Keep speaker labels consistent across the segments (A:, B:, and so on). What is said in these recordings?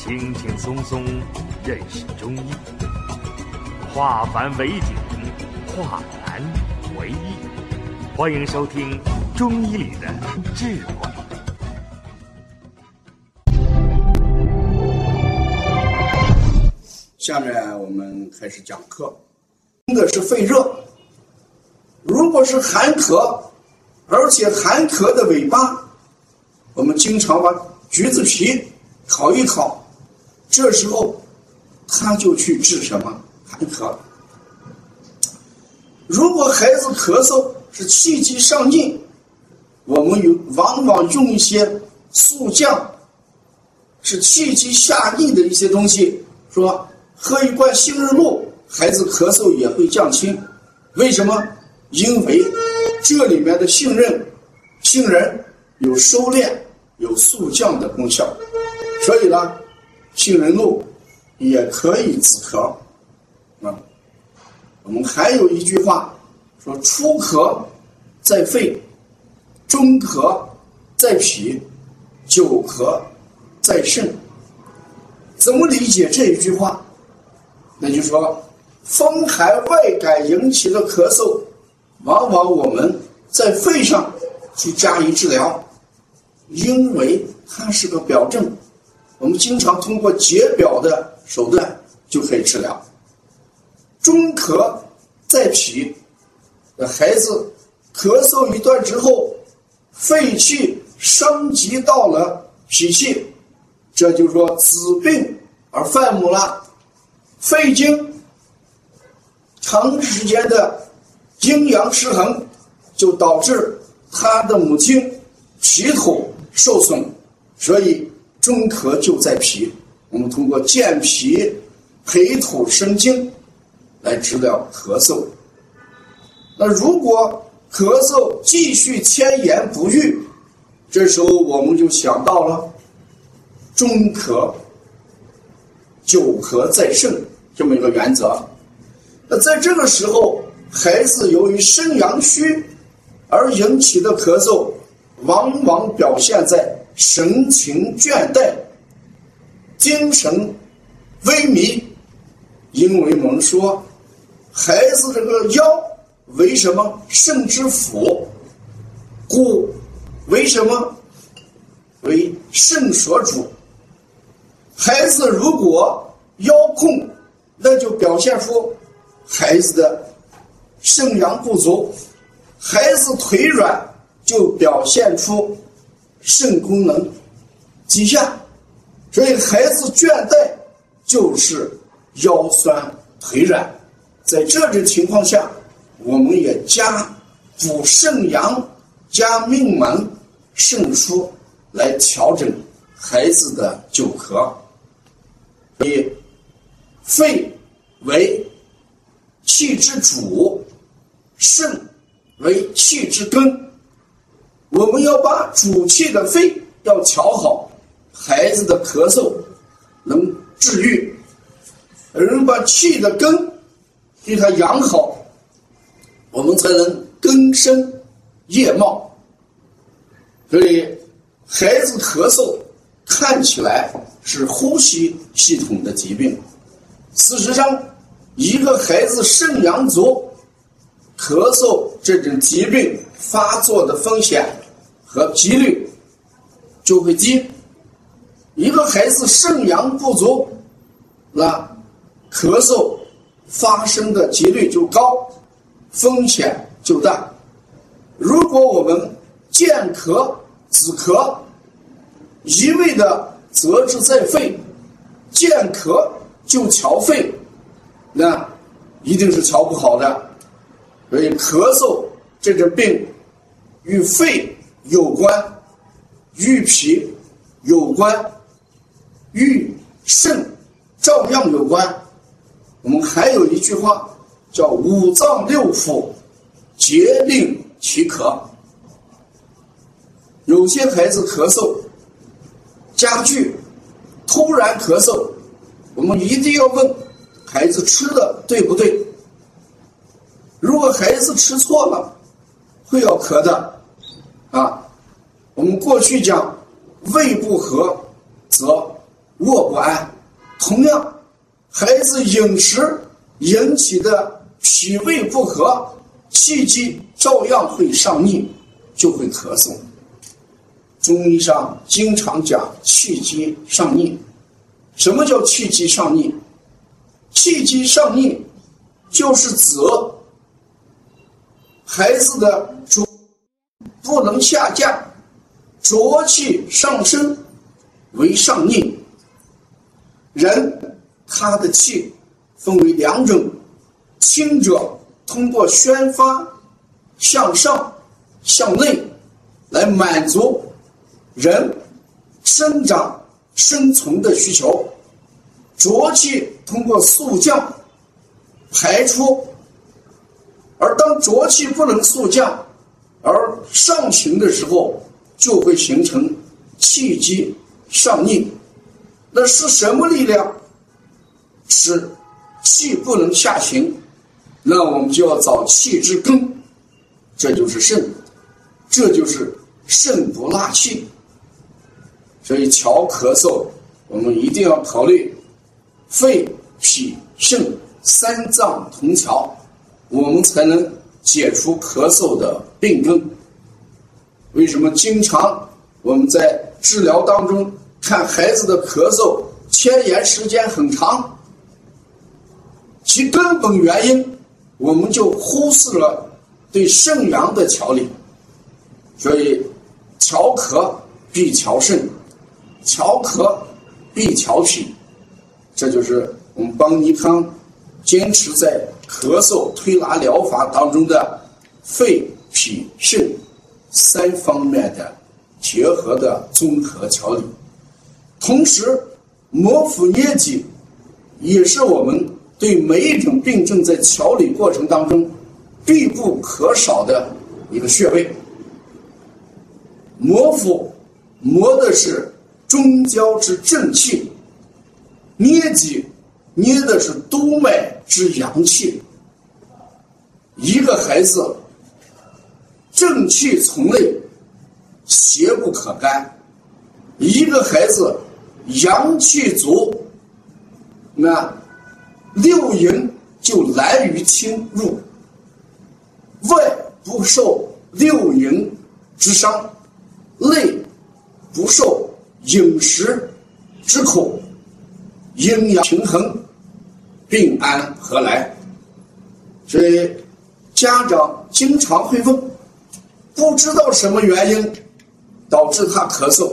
A: 轻轻松松认识中医，化繁为简，化难为易。欢迎收听《中医里的智慧》。
B: 下面我们开始讲课。这个是肺热，如果是寒咳，而且寒咳的尾巴，我们经常把橘子皮烤一烤，这时候他就去治什么寒咳。如果孩子咳嗽是气机上逆，我们往往用一些速降是气机下逆的一些东西，说喝一罐杏仁露，孩子咳嗽也会降轻。为什么？因为这里面的杏仁有收敛有速降的功效，所以呢杏仁露也可以止咳。我们还有一句话说，初咳在肺，中咳在脾，久咳在肾。怎么理解这一句话？那就是说，风寒外感引起的咳嗽，往往我们在肺上去加以治疗，因为它是个表症，我们经常通过解表的手段就可以治疗。中咳在脾，孩子咳嗽一段之后，肺气升级到了脾气，这就是说子病而犯母了。肺经长时间的阴阳失衡，就导致他的母亲脾土受损，所以中咳就在脾。我们通过健脾培土生精来治疗咳嗽。那如果咳嗽继续迁延不愈，这时候我们就想到了中咳久咳在肾这么一个原则。那在这个时候，孩子由于肾阳虚而引起的咳嗽，往往表现在神情倦怠、精神萎靡。因为我们说孩子这个腰为什么肾之府，故为什么为肾所主。孩子如果腰控，那就表现出孩子的肾阳不足；孩子腿软，就表现出肾功能低下。所以孩子倦怠就是腰酸腿软。在这种情况下，我们也加补肾阳，加命门肾腧来调整孩子的久咳。所以肺为气之主，肾为气之根。我们要把主气的肺要调好，孩子的咳嗽能治愈，而把气的根给它养好，我们才能根生叶茂。所以孩子咳嗽看起来是呼吸系统的疾病，事实上一个孩子肾阳足，咳嗽这种疾病发作的风险和几率就会低。一个孩子肾阳不足，那咳嗽发生的几率就高，风险就大。如果我们健咳止咳一味的责之在肺，健咳就调肺，那一定是调不好的。所以咳嗽这种病与肺有关，与脾有关，与肾照样有关。我们还有一句话叫五脏六腑皆令其咳。有些孩子咳嗽加剧，突然咳嗽，我们一定要问孩子吃的对不对。如果孩子吃错了，会要咳的我们过去讲胃不和则卧不安。同样，孩子饮食引起的脾胃不和，气机照样会上逆，就会咳嗽。中医上经常讲气机上逆。什么叫气机上逆？气机上逆就是指孩子的浊不能下降，浊气上升为上逆。人他的气分为两种，轻者通过宣发向上向内来满足人生长生存的需求，浊气通过肃降排出，而当浊气不能肃降而上行的时候，就会形成气机上逆。那是什么力量使气不能下行？那我们就要找气之根，这就是肾，这就是肾不纳气。所以调咳嗽，我们一定要考虑肺、脾、肾三脏同调，我们才能解除咳嗽的病根。为什么经常我们在治疗当中看孩子的咳嗽牵延时间很长？其根本原因我们就忽视了对肾阳的调理。所以调咳必调肾，调咳必调脾，这就是我们邦尼康坚持在咳嗽推拿疗法当中的肺、脾、肾三方面的结合的综合调理。同时摩腹捏脊也是我们对每一种病症在调理过程当中必不可少的一个穴位。摩腹磨的是中焦之正气，捏脊捏的是督脉之阳气。一个孩子正气从内，邪不可干；一个孩子阳气足，那六淫就难于侵入，外不受六淫之伤，内不受饮食之苦，阴阳平衡，病安何来？所以家长经常会问，不知道什么原因导致他咳嗽，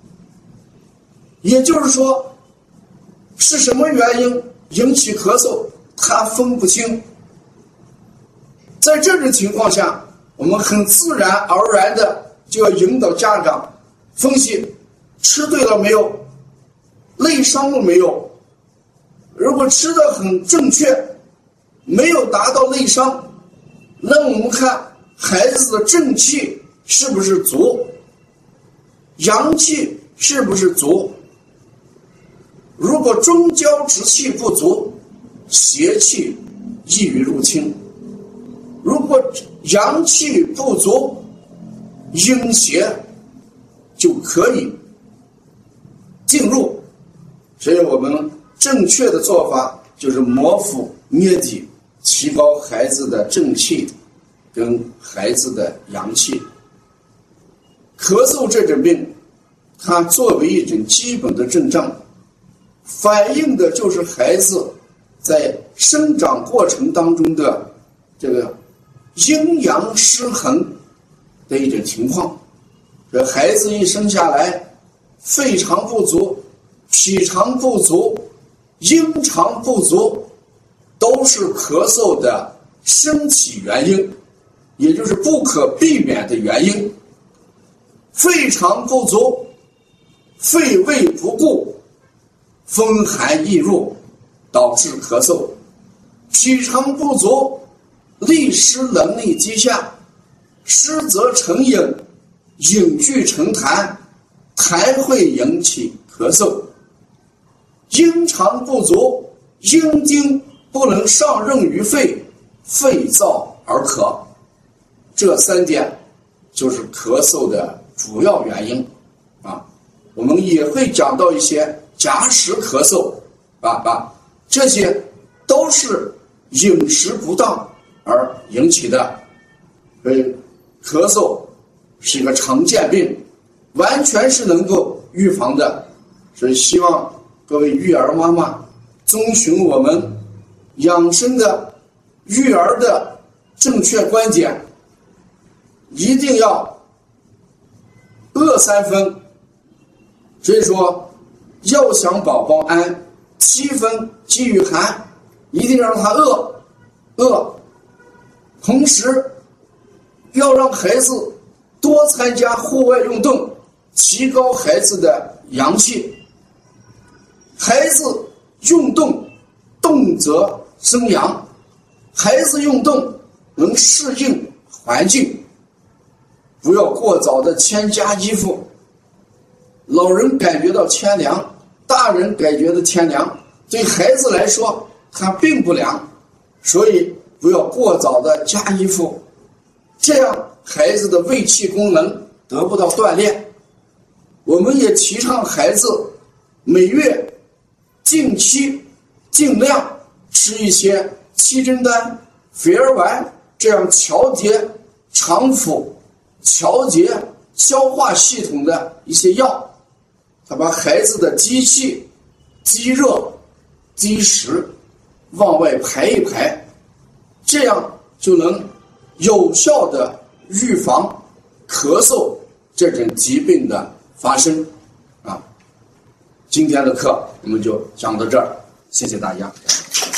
B: 也就是说是什么原因引起咳嗽他分不清。在这种情况下，我们很自然而然的就要引导家长分析吃对了没有，内伤了没有。如果吃得很正确，没有达到内伤，那我们看孩子的正气是不是足，阳气是不是足。如果中焦之气不足，邪气易于入侵；如果阳气不足，阴邪就可以进入。所以我们正确的做法就是摩腹捏脊，提高孩子的正气跟孩子的阳气。咳嗽这种病，它作为一种基本的症状，反映的就是孩子在生长过程当中的这个阴阳失衡的一种情况。这孩子一生下来，肺肠不足、脾肠不足、阴肠不足，都是咳嗽的身体原因，也就是不可避免的原因。肺肠不足，肺胃不顾，风寒易入，导致咳嗽；脾肠不足，利湿能力低下，湿则成饮，饮聚成痰，痰会引起咳嗽；阴肠不足，阴经不能上任于肺，肺燥而咳。这三点就是咳嗽的主要原因啊。我们也会讲到一些夹食咳嗽，这些都是饮食不当而引起的。所以咳嗽是一个常见病，完全是能够预防的。所以希望各位育儿妈妈遵循我们养生的育儿的正确观点，一定要饿3分。所以说要想宝宝安，7分给予寒，一定让他饿。同时要让孩子多参加户外运动，提高孩子的阳气。孩子运动，动则生阳，孩子运动能适应环境，不要过早的添加衣服。老人感觉到天凉，大人感觉到天凉，对孩子来说它并不凉，所以不要过早的加衣服，这样孩子的胃气功能得不到锻炼。我们也提倡孩子每月定期尽量吃一些七珍丹、肥儿丸，这样调节肠腑、调节消化系统的一些药，它把孩子的积气、积热、积食往外排一排，这样就能有效的预防咳嗽这种疾病的发生。今天的课我们就讲到这儿，谢谢大家。